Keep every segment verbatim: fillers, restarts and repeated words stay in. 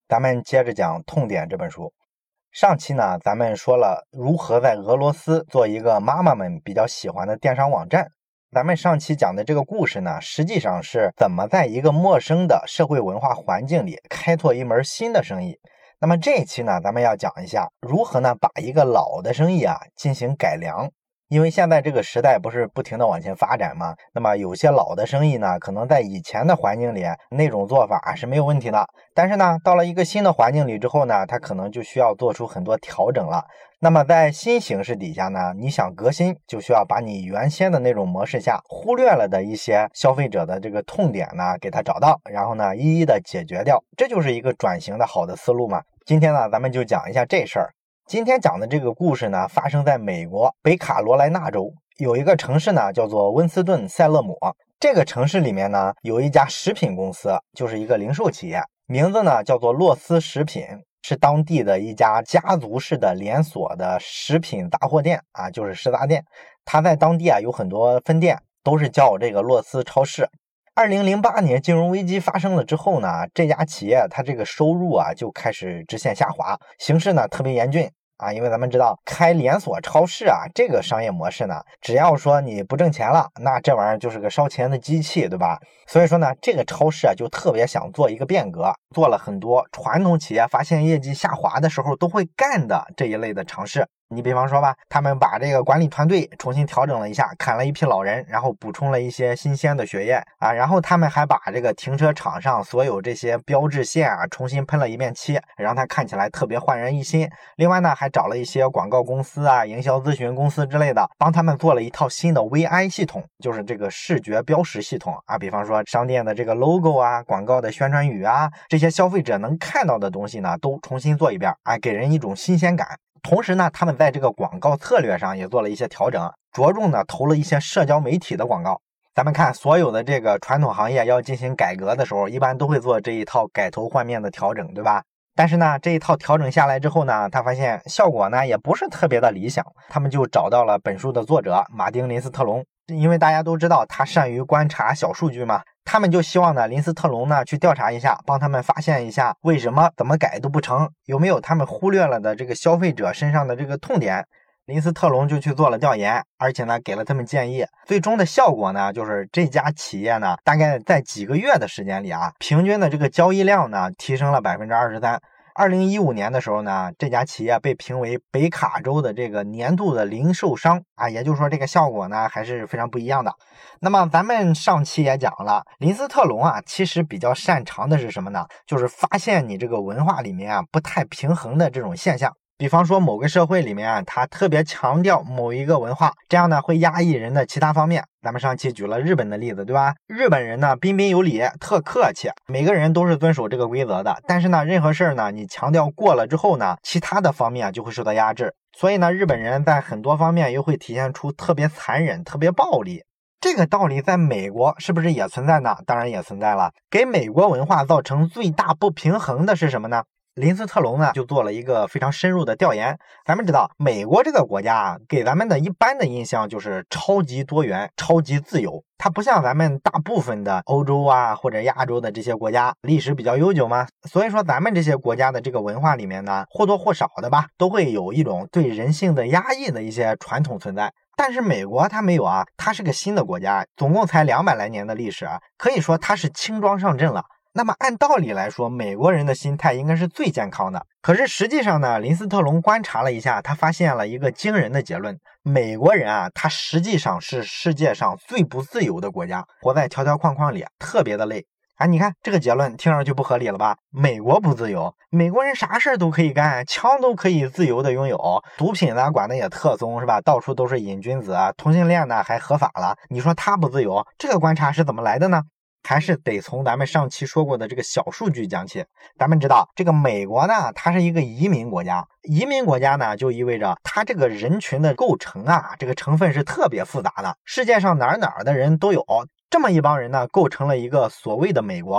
咱们接着讲《痛点》这本书。上期呢，咱们说了如何在俄罗斯做一个妈妈们比较喜欢的电商网站。咱们上期讲的这个故事呢，实际上是怎么在一个陌生的社会文化环境里开拓一门新的生意。那么这一期呢，咱们要讲一下如何呢把一个老的生意啊进行改良。因为现在这个时代不是不停的往前发展吗？那么有些老的生意呢，可能在以前的环境里那种做法是没有问题的，但是呢，到了一个新的环境里之后呢，它可能就需要做出很多调整了。那么在新形势底下呢，你想革新，就需要把你原先的那种模式下忽略了的一些消费者的这个痛点呢，给它找到，然后呢，一一的解决掉，这就是一个转型的好的思路嘛。今天呢，咱们就讲一下这事儿。今天讲的这个故事呢，发生在美国北卡罗来纳州，有一个城市呢叫做温斯顿塞勒姆。这个城市里面呢有一家食品公司，就是一个零售企业，名字呢叫做洛斯食品，是当地的一家家族式的连锁的食品杂货店啊，就是食杂店。它在当地啊有很多分店，都是叫这个洛斯超市。二零零八年金融危机发生了之后呢，这家企业它这个收入啊就开始直线下滑，形势呢特别严峻啊。因为咱们知道开连锁超市啊这个商业模式呢，只要说你不挣钱了，那这玩意儿就是个烧钱的机器，对吧？所以说呢，这个超市啊就特别想做一个变革，做了很多传统企业发现业绩下滑的时候都会干的这一类的尝试。你比方说吧，他们把这个管理团队重新调整了一下，砍了一批老人，然后补充了一些新鲜的血液啊，然后他们还把这个停车场上所有这些标志线啊重新喷了一遍漆，让它看起来特别焕然一新。另外呢，还找了一些广告公司啊、营销咨询公司之类的，帮他们做了一套新的 V I 系统，就是这个视觉标识系统啊，比方说商店的这个 logo 啊、广告的宣传语啊，这些消费者能看到的东西呢，都重新做一遍，哎，给人一种新鲜感。同时呢，他们在这个广告策略上也做了一些调整，着重呢投了一些社交媒体的广告。咱们看所有的这个传统行业要进行改革的时候，一般都会做这一套改头换面的调整，对吧？但是呢，这一套调整下来之后呢，他发现效果呢也不是特别的理想，他们就找到了本书的作者马丁·林斯特龙，因为大家都知道他善于观察小数据嘛，他们就希望呢林斯特龙呢去调查一下，帮他们发现一下为什么怎么改都不成，有没有他们忽略了的这个消费者身上的这个痛点。林斯特龙就去做了调研，而且呢给了他们建议，最终的效果呢就是这家企业呢大概在几个月的时间里啊，平均的这个交易量呢提升了 百分之二十三。二零一五年的时候呢，这家企业被评为北卡州的这个年度的零售商啊，也就是说这个效果呢还是非常不一样的。那么咱们上期也讲了，林斯特龙啊其实比较擅长的是什么呢？就是发现你这个文化里面啊不太平衡的这种现象。比方说某个社会里面啊，他特别强调某一个文化，这样呢会压抑人的其他方面。咱们上期举了日本的例子，对吧？日本人呢彬彬有礼，特客气，每个人都是遵守这个规则的。但是呢，任何事儿呢，你强调过了之后呢，其他的方面就会受到压制。所以呢，日本人在很多方面又会体现出特别残忍、特别暴力。这个道理在美国是不是也存在呢？当然也存在了。给美国文化造成最大不平衡的是什么呢？林斯特龙呢就做了一个非常深入的调研。咱们知道美国这个国家啊，给咱们的一般的印象就是超级多元、超级自由。它不像咱们大部分的欧洲啊或者亚洲的这些国家历史比较悠久嘛，所以说咱们这些国家的这个文化里面呢，或多或少的吧，都会有一种对人性的压抑的一些传统存在。但是美国它没有啊，它是个新的国家，总共才两百来年的历史啊，可以说它是轻装上阵了。那么按道理来说，美国人的心态应该是最健康的。可是实际上呢，林斯特龙观察了一下，他发现了一个惊人的结论：美国人啊，他实际上是世界上最不自由的国家，活在条条框框里，特别的累。啊，你看这个结论听上去不合理了吧？美国不自由，美国人啥事都可以干，枪都可以自由的拥有，毒品呢管的也特松，是吧？到处都是瘾君子啊，同性恋呢还合法了。你说他不自由，这个观察是怎么来的呢？还是得从咱们上期说过的这个小数据讲起。咱们知道这个美国呢，它是一个移民国家，移民国家呢就意味着它这个人群的构成啊，这个成分是特别复杂的，世界上哪儿哪儿的人都有，这么一帮人呢构成了一个所谓的美国。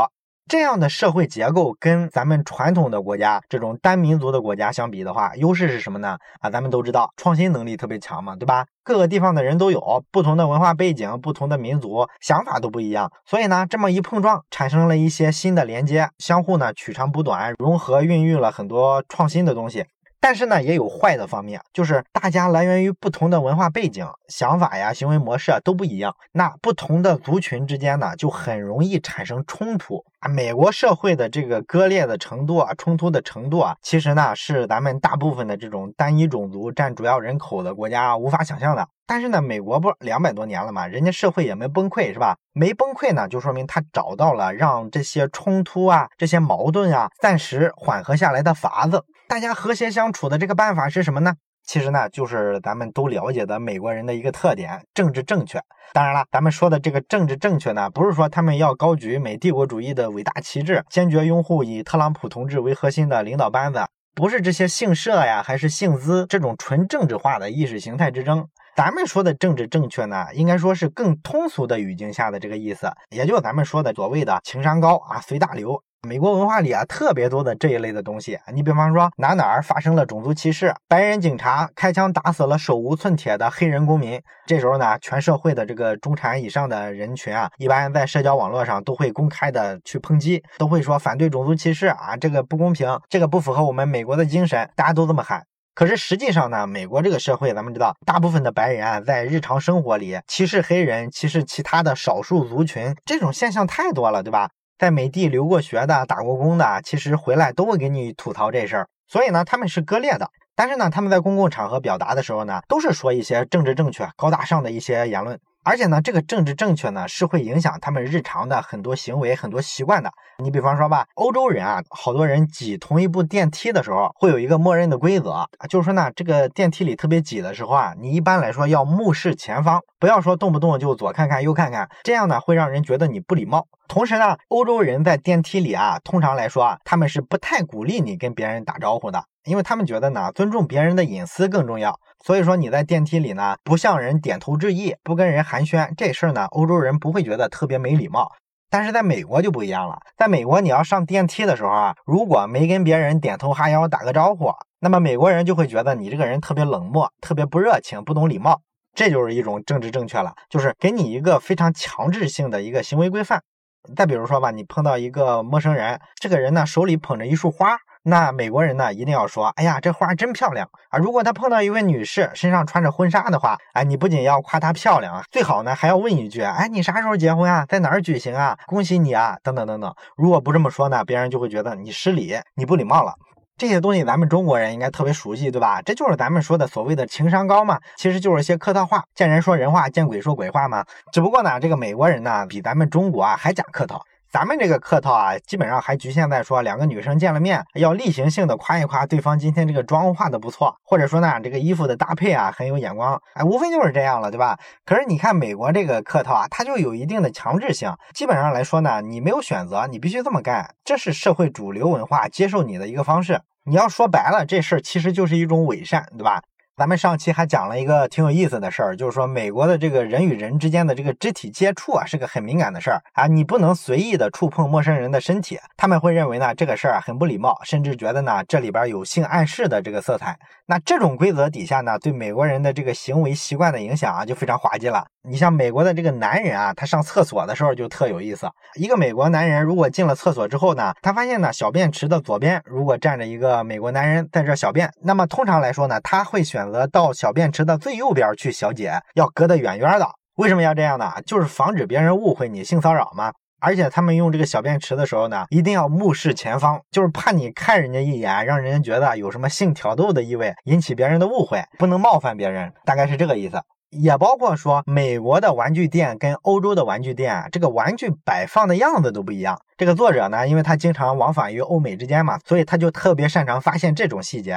这样的社会结构跟咱们传统的国家这种单民族的国家相比的话，优势是什么呢？啊，咱们都知道创新能力特别强嘛，对吧？各个地方的人都有，不同的文化背景，不同的民族，想法都不一样，所以呢，这么一碰撞，产生了一些新的连接，相互呢取长补短，融合孕育了很多创新的东西。但是呢，也有坏的方面，就是大家来源于不同的文化背景，想法呀、行为模式啊都不一样，那不同的族群之间呢，就很容易产生冲突啊。美国社会的这个割裂的程度啊，冲突的程度啊，其实呢是咱们大部分的这种单一种族占主要人口的国家无法想象的。但是呢，美国不两百多年了嘛，人家社会也没崩溃，是吧？没崩溃呢，就说明他找到了让这些冲突啊、这些矛盾啊暂时缓和下来的法子。大家和谐相处的这个办法是什么呢？其实呢，就是咱们都了解的美国人的一个特点，政治正确。当然了，咱们说的这个政治正确呢，不是说他们要高举美帝国主义的伟大旗帜，坚决拥护以特朗普同志为核心的领导班子，不是这些姓社呀，还是姓资这种纯政治化的意识形态之争。咱们说的政治正确呢，应该说是更通俗的语境下的这个意思，也就是咱们说的所谓的情商高啊，随大流。美国文化里啊，特别多的这一类的东西。你比方说哪哪儿发生了种族歧视，白人警察开枪打死了手无寸铁的黑人公民，这时候呢，全社会的这个中产以上的人群啊，一般在社交网络上都会公开的去抨击，都会说反对种族歧视啊，这个不公平，这个不符合我们美国的精神，大家都这么喊。可是实际上呢，美国这个社会咱们知道，大部分的白人啊，在日常生活里歧视黑人，歧视其他的少数族群，这种现象太多了，对吧？在美帝留过学的、打过工的，其实回来都会给你吐槽这事儿。所以呢，他们是割裂的。但是呢，他们在公共场合表达的时候呢，都是说一些政治正确、高大上的一些言论。而且呢，这个政治正确呢，是会影响他们日常的很多行为、很多习惯的。你比方说吧，欧洲人啊，好多人挤同一部电梯的时候，会有一个默认的规则，就是说呢，这个电梯里特别挤的时候啊，你一般来说要目视前方，不要说动不动就左看看右看看，这样呢会让人觉得你不礼貌。同时呢，欧洲人在电梯里啊，通常来说啊，他们是不太鼓励你跟别人打招呼的，因为他们觉得呢，尊重别人的隐私更重要。所以说你在电梯里呢，不向人点头致意，不跟人寒暄，这事儿呢，欧洲人不会觉得特别没礼貌。但是在美国就不一样了，在美国你要上电梯的时候啊，如果没跟别人点头哈腰打个招呼，那么美国人就会觉得你这个人特别冷漠，特别不热情，不懂礼貌。这就是一种政治正确了，就是给你一个非常强制性的一个行为规范。再比如说吧，你碰到一个陌生人，这个人呢手里捧着一束花，那美国人呢一定要说，哎呀，这花真漂亮啊！如果他碰到一位女士身上穿着婚纱的话，哎，你不仅要夸她漂亮啊，最好呢还要问一句，哎，你啥时候结婚啊？在哪儿举行啊？恭喜你啊！等等等等。如果不这么说呢，别人就会觉得你失礼，你不礼貌了。这些东西咱们中国人应该特别熟悉，对吧？这就是咱们说的所谓的情商高嘛，其实就是些客套话，见人说人话，见鬼说鬼话嘛。只不过呢，这个美国人呢比咱们中国啊还讲客套。咱们这个客套啊，基本上还局限在说两个女生见了面，要例行性的夸一夸对方今天这个妆化的不错，或者说呢这个衣服的搭配啊很有眼光，哎，无非就是这样了，对吧？可是你看美国这个客套啊，它就有一定的强制性，基本上来说呢，你没有选择，你必须这么干，这是社会主流文化接受你的一个方式。你要说白了，这事儿其实就是一种伪善，对吧？咱们上期还讲了一个挺有意思的事儿，就是说美国的这个人与人之间的这个肢体接触啊，是个很敏感的事儿啊，你不能随意的触碰陌生人的身体，他们会认为呢这个事儿很不礼貌，甚至觉得呢这里边有性暗示的这个色彩。那这种规则底下呢，对美国人的这个行为习惯的影响啊就非常滑稽了。你像美国的这个男人啊，他上厕所的时候就特有意思。一个美国男人如果进了厕所之后呢，他发现呢小便池的左边如果站着一个美国男人在这小便，那么通常来说呢，他会选择到小便池的最右边去小解，要隔得远远的。为什么要这样呢？就是防止别人误会你性骚扰嘛。而且他们用这个小便池的时候呢，一定要目视前方，就是怕你看人家一眼，让人家觉得有什么性挑逗的意味，引起别人的误会，不能冒犯别人，大概是这个意思。也包括说美国的玩具店跟欧洲的玩具店，这个玩具摆放的样子都不一样。这个作者呢，因为他经常往返于欧美之间嘛，所以他就特别擅长发现这种细节。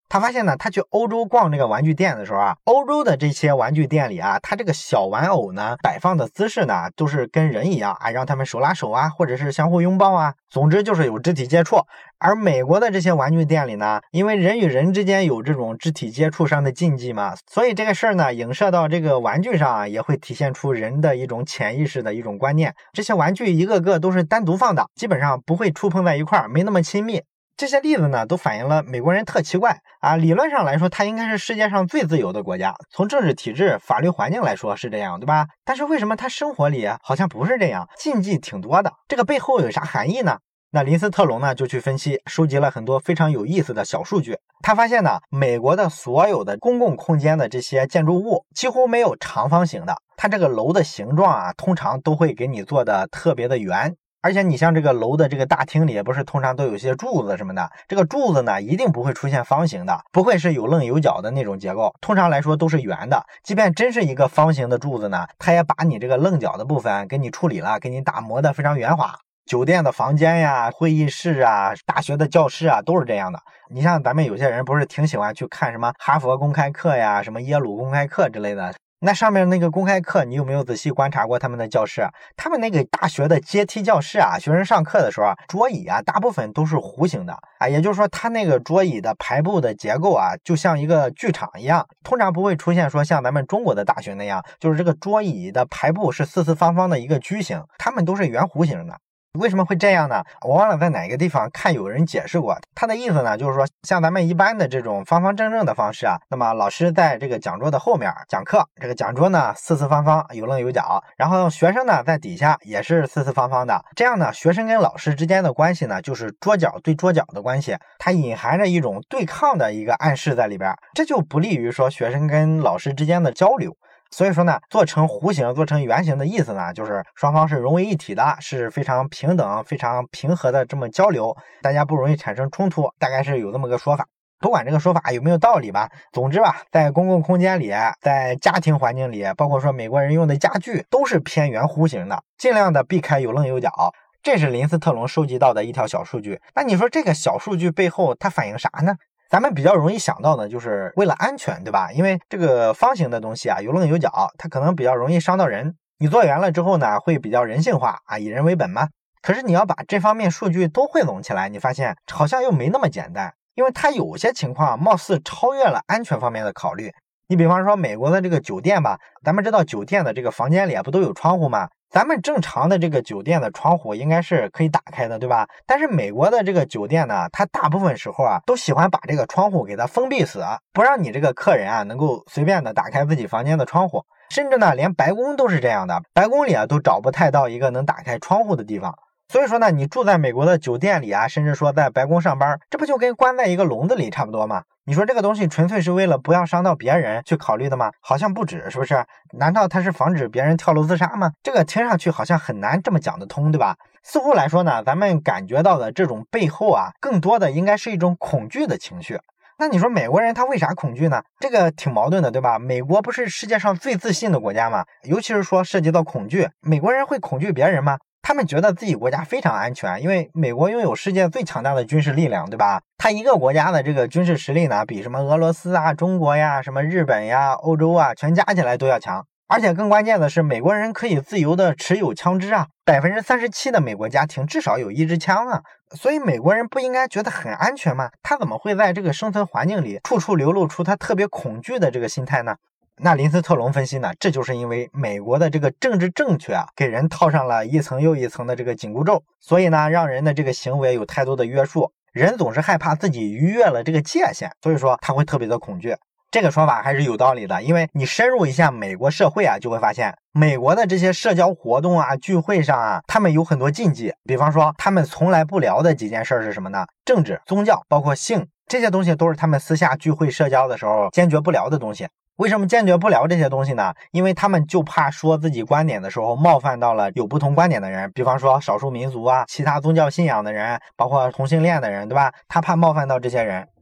他发现呢，他去欧洲逛这个玩具店的时候啊，欧洲的这些玩具店里啊，他这个小玩偶呢摆放的姿势呢都是跟人一样啊，让他们手拉手啊，或者是相互拥抱啊，总之就是有肢体接触。而美国的这些玩具店里呢，因为人与人之间有这种肢体接触上的禁忌嘛，所以这个事儿呢影射到这个玩具上啊，也会体现出人的一种潜意识的一种观念。这些玩具一个个都是单独放的，基本上不会触碰在一块儿，没那么亲密。这些例子呢，都反映了美国人特奇怪啊。理论上来说，它应该是世界上最自由的国家，从政治体制、法律环境来说是这样，对吧？但是为什么他生活里好像不是这样，禁忌挺多的？这个背后有啥含义呢？那林斯特龙呢就去分析，收集了很多非常有意思的小数据。他发现呢，美国的所有的公共空间的这些建筑物几乎没有长方形的，它这个楼的形状啊，通常都会给你做的特别的圆。而且你像这个楼的这个大厅里，不是通常都有一些柱子什么的，这个柱子呢一定不会出现方形的，不会是有棱有角的那种结构，通常来说都是圆的。即便真是一个方形的柱子呢，它也把你这个棱角的部分给你处理了，给你打磨的非常圆滑。酒店的房间呀、会议室啊、大学的教室啊，都是这样的。你像咱们有些人不是挺喜欢去看什么哈佛公开课呀、什么耶鲁公开课之类的，那上面那个公开课，你有没有仔细观察过他们的教室？他们那个大学的阶梯教室啊，学生上课的时候啊，桌椅啊，大部分都是弧形的啊，也就是说，它那个桌椅的排布的结构啊，就像一个剧场一样，通常不会出现说像咱们中国的大学那样，就是这个桌椅的排布是四四方方的一个矩形，他们都是圆弧形的。为什么会这样呢？我忘了在哪个地方看有人解释过，他的意思呢，就是说像咱们一般的这种方方正正的方式啊，那么老师在这个讲桌的后面讲课，这个讲桌呢四四方方有棱有角，然后学生呢在底下也是四四方方的，这样呢学生跟老师之间的关系呢就是桌角对桌角的关系，它隐含着一种对抗的一个暗示在里边，这就不利于说学生跟老师之间的交流。所以说呢，做成弧形、做成圆形的意思呢，就是双方是融为一体的，是非常平等、非常平和的这么交流，大家不容易产生冲突，大概是有这么个说法。不管这个说法有没有道理吧，总之吧，在公共空间里，在家庭环境里，包括说美国人用的家具，都是偏圆弧形的，尽量的避开有棱有角。这是林斯特龙收集到的一条小数据。那你说这个小数据背后它反映啥呢？咱们比较容易想到的就是为了安全，对吧？因为这个方形的东西啊，有棱有角，它可能比较容易伤到人。你做圆了之后呢，会比较人性化啊，以人为本嘛。可是你要把这方面数据都汇总起来，你发现好像又没那么简单，因为它有些情况貌似超越了安全方面的考虑。你比方说美国的这个酒店吧，咱们知道酒店的这个房间里啊，不都有窗户吗？咱们正常的这个酒店的窗户应该是可以打开的，对吧？但是美国的这个酒店呢，它大部分时候啊，都喜欢把这个窗户给它封闭死，不让你这个客人啊能够随便的打开自己房间的窗户。甚至呢，连白宫都是这样的，白宫里啊都找不太到一个能打开窗户的地方。所以说呢，你住在美国的酒店里啊，甚至说在白宫上班，这不就跟关在一个笼子里差不多吗？你说这个东西纯粹是为了不要伤到别人去考虑的吗？好像不止，是不是？难道它是防止别人跳楼自杀吗？这个听上去好像很难这么讲得通，对吧？似乎来说呢，咱们感觉到的这种背后啊，更多的应该是一种恐惧的情绪。那你说美国人他为啥恐惧呢？这个挺矛盾的，对吧？美国不是世界上最自信的国家吗？尤其是说涉及到恐惧，美国人会恐惧别人吗？他们觉得自己国家非常安全，因为美国拥有世界最强大的军事力量，对吧？他一个国家的这个军事实力呢，比什么俄罗斯啊、中国呀、什么日本呀、欧洲啊，全加起来都要强。而且更关键的是，美国人可以自由的持有枪支啊，百分之三十七的美国家庭至少有一支枪啊。所以美国人不应该觉得很安全吗？他怎么会在这个生存环境里处处流露出他特别恐惧的这个心态呢？那林斯特龙分析呢，这就是因为美国的这个政治正确啊，给人套上了一层又一层的这个紧箍咒，所以呢，让人的这个行为有太多的约束，人总是害怕自己逾越了这个界限，所以说他会特别的恐惧。这个说法还是有道理的，因为你深入一下美国社会啊，就会发现美国的这些社交活动啊、聚会上啊，他们有很多禁忌。比方说他们从来不聊的几件事是什么呢？政治、宗教，包括性，这些东西都是他们私下聚会社交的时候坚决不聊的东西。为什么坚决不聊这些东西呢？因为他们就怕说自己观点的时候冒犯到了有不同观点的人，比方说少数民族啊、其他宗教信仰的人，包括同性恋的人，对吧？他怕冒犯到这些人，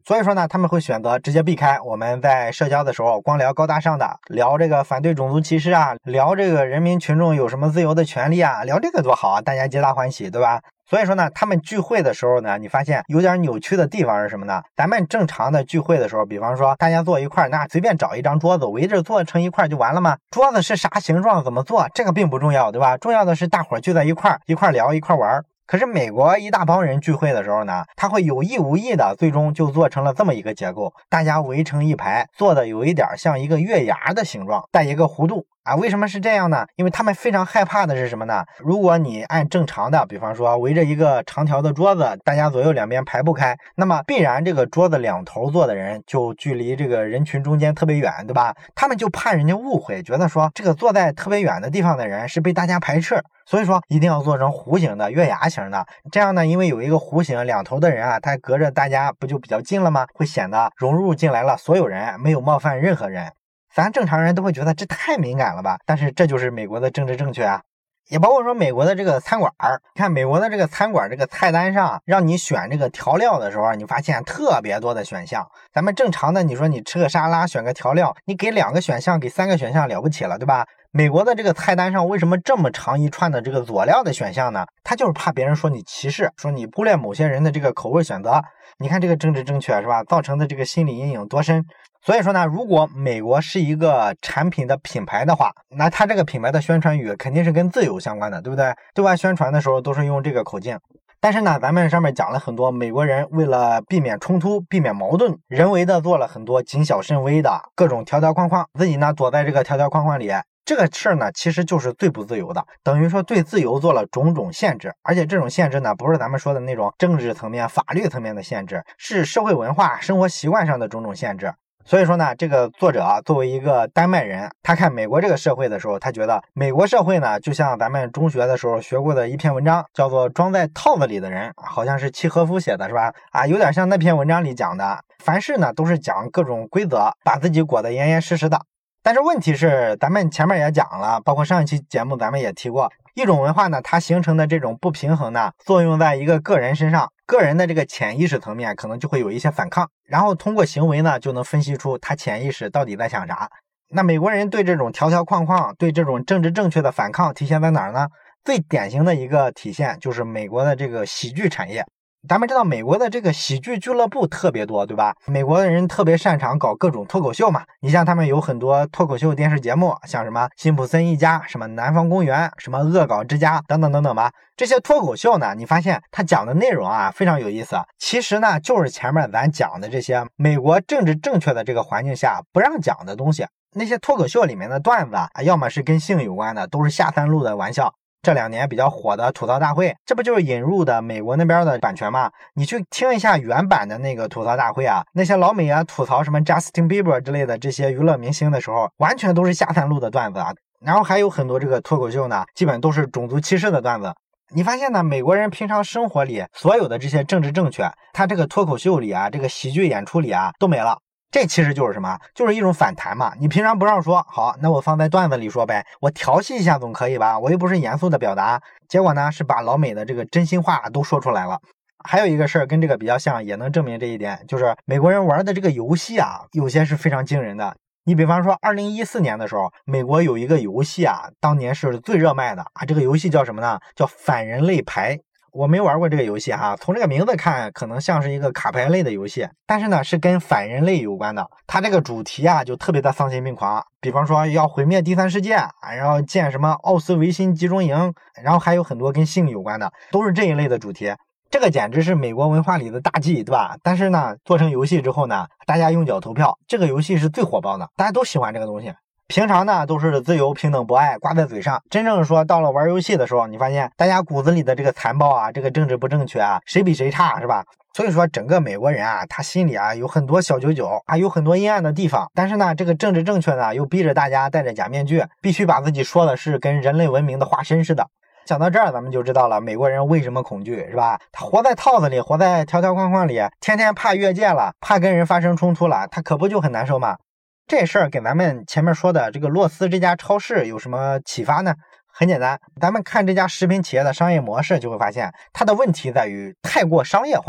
所以说呢，他们会选择直接避开。我们在社交的时候光聊高大上的，聊这个反对种族歧视啊，聊这个人民群众有什么自由的权利啊，聊这个多好啊，大家皆大欢喜，对吧？所以说呢，他们聚会的时候呢，你发现有点扭曲的地方是什么呢？咱们正常的聚会的时候，比方说大家坐一块儿，那随便找一张桌子围着坐成一块就完了吗？桌子是啥形状怎么做，这个并不重要，对吧？重要的是大伙儿聚在一块儿，一块聊一块玩。可是美国一大帮人聚会的时候呢，他会有意无意的最终就做成了这么一个结构，大家围成一排，做的有一点像一个月牙的形状，带一个弧度啊。为什么是这样呢？因为他们非常害怕的是什么呢？如果你按正常的，比方说围着一个长条的桌子，大家左右两边排不开，那么必然这个桌子两头坐的人就距离这个人群中间特别远，对吧？他们就怕人家误会，觉得说这个坐在特别远的地方的人是被大家排斥，所以说一定要做成弧形的、月牙形的。这样呢，因为有一个弧形，两头的人啊，他隔着大家不就比较近了吗？会显得融入进来了所有人，没有冒犯任何人。咱正常人都会觉得这太敏感了吧，但是这就是美国的政治正确啊。也包括说美国的这个餐馆，看美国的这个餐馆这个菜单上让你选这个调料的时候，你发现特别多的选项。咱们正常的你说你吃个沙拉选个调料，你给两个选项给三个选项了不起了，对吧？美国的这个菜单上为什么这么长一串的这个佐料的选项呢？他就是怕别人说你歧视，说你忽略某些人的这个口味选择。你看这个政治正确是吧？造成的这个心理阴影多深。所以说呢，如果美国是一个产品的品牌的话，那它这个品牌的宣传语肯定是跟自由相关的，对不对？对外宣传的时候都是用这个口径。但是呢，咱们上面讲了很多美国人为了避免冲突、避免矛盾，人为的做了很多谨小慎微的各种条条框框，自己呢躲在这个条条框框里。这个事儿呢，其实就是最不自由的，等于说对自由做了种种限制，而且这种限制呢，不是咱们说的那种政治层面、法律层面的限制，是社会文化、生活习惯上的种种限制。所以说呢，这个作者作为一个丹麦人，他看美国这个社会的时候，他觉得美国社会呢，就像咱们中学的时候学过的一篇文章，叫做《装在套子里的人》，好像是契诃夫写的，是吧？啊，有点像那篇文章里讲的，凡事呢都是讲各种规则，把自己裹得严严实实的。但是问题是，咱们前面也讲了，包括上一期节目咱们也提过，一种文化呢，它形成的这种不平衡呢，作用在一个个人身上，个人的这个潜意识层面可能就会有一些反抗，然后通过行为呢，就能分析出他潜意识到底在想啥。那美国人对这种条条框框，对这种政治正确的反抗体现在哪儿呢？最典型的一个体现就是美国的这个喜剧产业。咱们知道美国的这个喜剧俱乐部特别多，对吧？美国的人特别擅长搞各种脱口秀嘛。你像他们有很多脱口秀电视节目，像什么辛普森一家、什么南方公园、什么恶搞之家等等等等吧。这些脱口秀呢，你发现他讲的内容啊非常有意思。其实呢，就是前面咱讲的这些美国政治正确的这个环境下不让讲的东西。那些脱口秀里面的段子啊，要么是跟性有关的，都是下三路的玩笑。这两年比较火的吐槽大会，这不就是引入的美国那边的版权吗？你去听一下原版的那个吐槽大会啊，那些老美啊吐槽什么 Justin Bieber 之类的这些娱乐明星的时候，完全都是下三路的段子啊。然后还有很多这个脱口秀呢，基本都是种族歧视的段子。你发现呢，美国人平常生活里所有的这些政治正确，他这个脱口秀里啊，这个喜剧演出里啊都没了。这其实就是什么？就是一种反弹嘛。你平常不让说，好，那我放在段子里说呗，我调戏一下总可以吧？我又不是严肃的表达。结果呢，是把老美的这个真心话都说出来了。还有一个事儿跟这个比较像，也能证明这一点，就是美国人玩的这个游戏啊，有些是非常惊人的。你比方说二零一四年的时候，美国有一个游戏啊，当年是最热卖的啊。这个游戏叫什么呢？叫反人类牌。我没玩过这个游戏哈，从这个名字看可能像是一个卡牌类的游戏，但是呢是跟反人类有关的。它这个主题啊就特别的丧心病狂，比方说要毁灭第三世界，然后建什么奥斯维辛集中营，然后还有很多跟性有关的，都是这一类的主题。这个简直是美国文化里的大忌，对吧？但是呢做成游戏之后呢，大家用脚投票，这个游戏是最火爆的，大家都喜欢这个东西。平常呢都是自由平等博爱挂在嘴上，真正说到了玩游戏的时候，你发现大家骨子里的这个残暴啊，这个政治不正确啊，谁比谁差，是吧？所以说整个美国人啊，他心里啊有很多小九九，还有很多阴暗的地方。但是呢这个政治正确呢又逼着大家戴着假面具，必须把自己说的是跟人类文明的化身似的。讲到这儿咱们就知道了美国人为什么恐惧，是吧？他活在套子里，活在条条框框里，天天怕越界了，怕跟人发生冲突了，他可不就很难受吗？这事儿给咱们前面说的这个洛斯这家超市有什么启发呢？很简单，咱们看这家食品企业的商业模式就会发现，它的问题在于太过商业化了。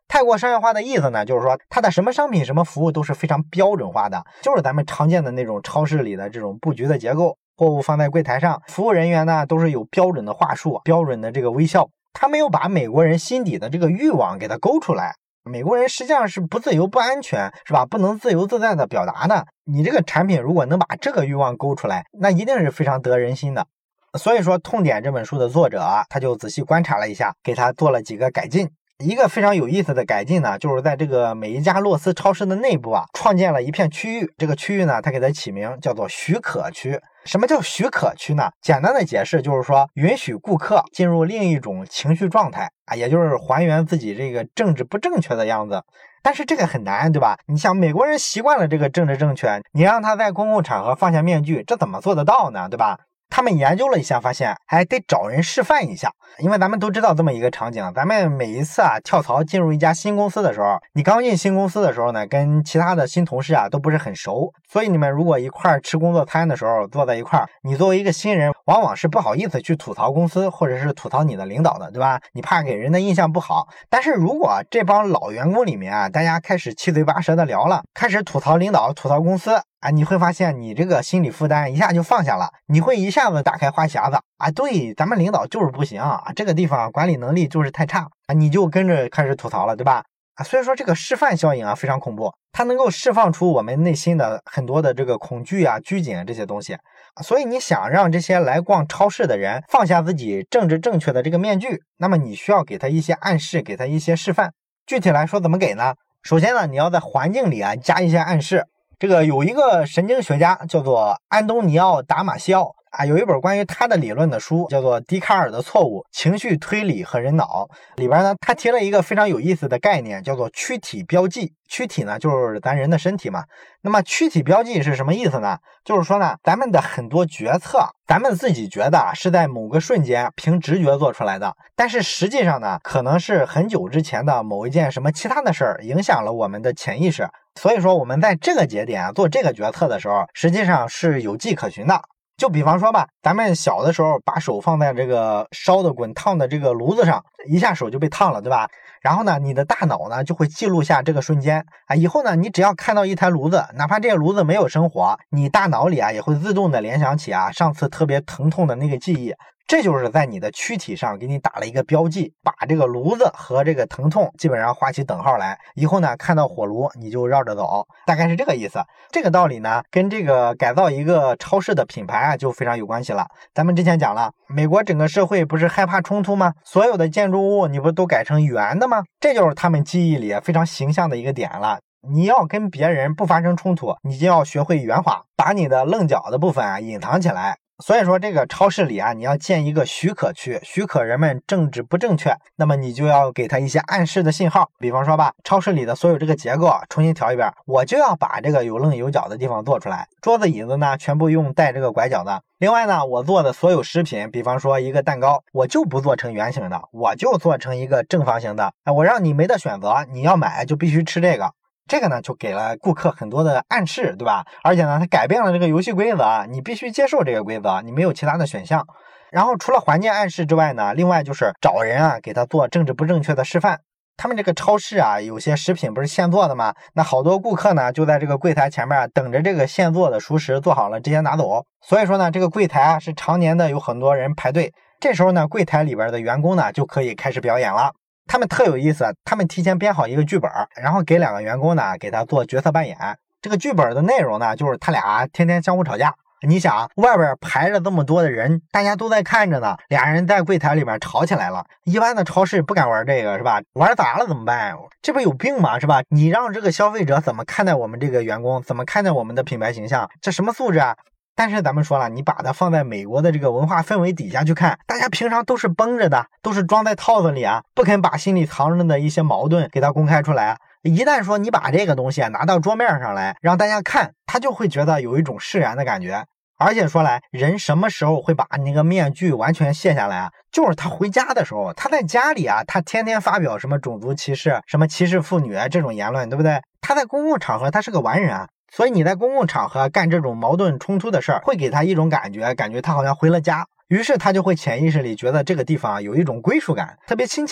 太过商业化的意思呢，就是说它的什么商品什么服务都是非常标准化的，就是咱们常见的那种超市里的这种布局的结构，货物放在柜台上，服务人员呢都是有标准的话术，标准的这个微笑，他没有把美国人心底的这个欲望给它勾出来。美国人实际上是不自由不安全，是吧？不能自由自在的表达的。你这个产品如果能把这个欲望勾出来，那一定是非常得人心的。所以说痛点这本书的作者啊，他就仔细观察了一下，给他做了几个改进。一个非常有意思的改进呢，就是在这个每一家洛斯超市的内部啊，创建了一片区域。这个区域呢，他给它起名叫做许可区。什么叫许可区呢？简单的解释就是说，允许顾客进入另一种情绪状态啊，也就是还原自己这个政治不正确的样子。但是这个很难，对吧？你想美国人习惯了这个政治正确，你让他在公共场合放下面具，这怎么做得到呢？对吧？他们研究了一下，发现还得找人示范一下。因为咱们都知道这么一个场景，咱们每一次啊跳槽进入一家新公司的时候，你刚进新公司的时候呢，跟其他的新同事啊都不是很熟，所以你们如果一块吃工作餐的时候坐在一块，你作为一个新人，往往是不好意思去吐槽公司或者是吐槽你的领导的，对吧？你怕给人的印象不好。但是如果这帮老员工里面啊，大家开始七嘴八舌的聊了，开始吐槽领导吐槽公司啊，你会发现你这个心理负担一下就放下了，你会一下子打开话匣子啊，对，咱们领导就是不行啊，这个地方管理能力就是太差啊，你就跟着开始吐槽了，对吧？啊，所以说这个示范效应啊非常恐怖，它能够释放出我们内心的很多的这个恐惧啊、拘谨这些东西。所以你想让这些来逛超市的人放下自己政治正确的这个面具，那么你需要给他一些暗示，给他一些示范。具体来说怎么给呢？首先呢，你要在环境里啊加一些暗示。这个有一个神经学家叫做安东尼奥·达马西奥啊，有一本关于他的理论的书叫做《笛卡尔的错误：情绪推理和人脑》，里边呢他提了一个非常有意思的概念，叫做躯体标记。躯体呢就是咱人的身体嘛，那么躯体标记是什么意思呢？就是说呢，咱们的很多决策咱们自己觉得是在某个瞬间凭直觉做出来的，但是实际上呢，可能是很久之前的某一件什么其他的事儿影响了我们的潜意识，所以说我们在这个节点做这个决策的时候，实际上是有迹可循的。就比方说吧，咱们小的时候把手放在这个烧的滚烫的这个炉子上，一下手就被烫了，对吧？然后呢，你的大脑呢就会记录下这个瞬间啊，以后呢，你只要看到一台炉子，哪怕这个炉子没有生火，你大脑里啊也会自动的联想起啊上次特别疼痛的那个记忆。这就是在你的躯体上给你打了一个标记，把这个炉子和这个疼痛基本上画起等号来，以后呢看到火炉你就绕着走，大概是这个意思。这个道理呢跟这个改造一个超市的品牌啊就非常有关系了。咱们之前讲了，美国整个社会不是害怕冲突吗？所有的建筑物你不都改成圆的吗？这就是他们记忆里非常形象的一个点了。你要跟别人不发生冲突，你就要学会圆滑，把你的棱角的部分啊隐藏起来。所以说这个超市里啊，你要建一个许可区，许可人们政治不正确，那么你就要给他一些暗示的信号。比方说吧，超市里的所有这个结构重新调一遍，我就要把这个有棱有角的地方做出来，桌子椅子呢全部用带这个拐角的。另外呢，我做的所有食品，比方说一个蛋糕，我就不做成圆形的，我就做成一个正方形的，我让你没得选择，你要买就必须吃这个。这个呢就给了顾客很多的暗示，对吧？而且呢它改变了这个游戏规则，你必须接受这个规则，你没有其他的选项。然后除了环境暗示之外呢，另外就是找人啊给他做政治不正确的示范。他们这个超市啊有些食品不是现做的吗？那好多顾客呢就在这个柜台前面啊等着这个现做的熟食做好了直接拿走。所以说呢这个柜台啊是常年的有很多人排队，这时候呢柜台里边的员工呢就可以开始表演了。他们特有意思，他们提前编好一个剧本，然后给两个员工呢给他做角色扮演。这个剧本的内容呢就是他俩天天相互吵架。你想外边排着这么多的人，大家都在看着呢，俩人在柜台里面吵起来了。一般的超市不敢玩这个，是吧？玩砸了怎么办？这不有病吗？是吧？你让这个消费者怎么看待我们这个员工，怎么看待我们的品牌形象，这什么素质啊？但是咱们说了，你把它放在美国的这个文化氛围底下去看，大家平常都是绷着的，都是装在套子里啊，不肯把心里藏着的一些矛盾给它公开出来。一旦说你把这个东西拿到桌面上来让大家看，他就会觉得有一种释然的感觉。而且说来，人什么时候会把那个面具完全卸下来啊？就是他回家的时候，他在家里啊，他天天发表什么种族歧视、什么歧视妇女这种言论，对不对？他在公共场合他是个完人啊。所以你在公共场合干这种矛盾冲突的事儿，会给他一种感觉，感觉他好像回了家，于是他就会潜意识里觉得这个地方有一种归属感，特别亲切。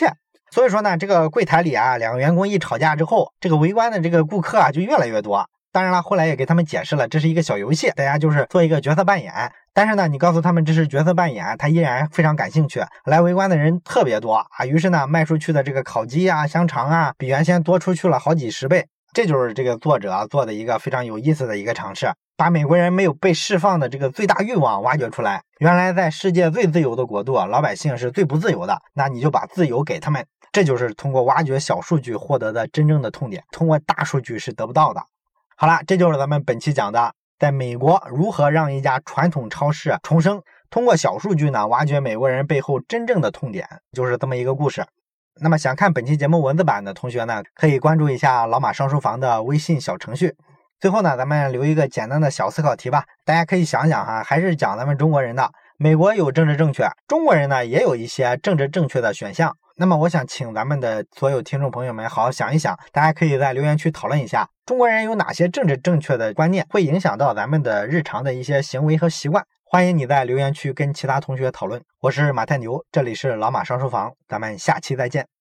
所以说呢，这个柜台里啊，两个员工一吵架之后，这个围观的这个顾客啊就越来越多。当然了，后来也给他们解释了，这是一个小游戏，大家就是做一个角色扮演。但是呢，你告诉他们这是角色扮演，他依然非常感兴趣，来围观的人特别多啊。于是呢，卖出去的这个烤鸡啊、香肠啊，比原先多出去了好几十倍。这就是这个作者啊做的一个非常有意思的一个尝试，把美国人没有被释放的这个最大欲望挖掘出来。原来在世界最自由的国度，老百姓是最不自由的，那你就把自由给他们。这就是通过挖掘小数据获得的真正的痛点，通过大数据是得不到的。好了，这就是咱们本期讲的，在美国如何让一家传统超市重生，通过小数据呢挖掘美国人背后真正的痛点，就是这么一个故事。那么想看本期节目文字版的同学呢，可以关注一下老马上书房的微信小程序。最后呢，咱们留一个简单的小思考题吧，大家可以想想哈，还是讲咱们中国人的。美国有政治正确，中国人呢也有一些政治正确的选项。那么我想请咱们的所有听众朋友们好好想一想，大家可以在留言区讨论一下，中国人有哪些政治正确的观念会影响到咱们的日常的一些行为和习惯。欢迎你在留言区跟其他同学讨论。我是马太牛，这里是老马上书房，咱们下期再见。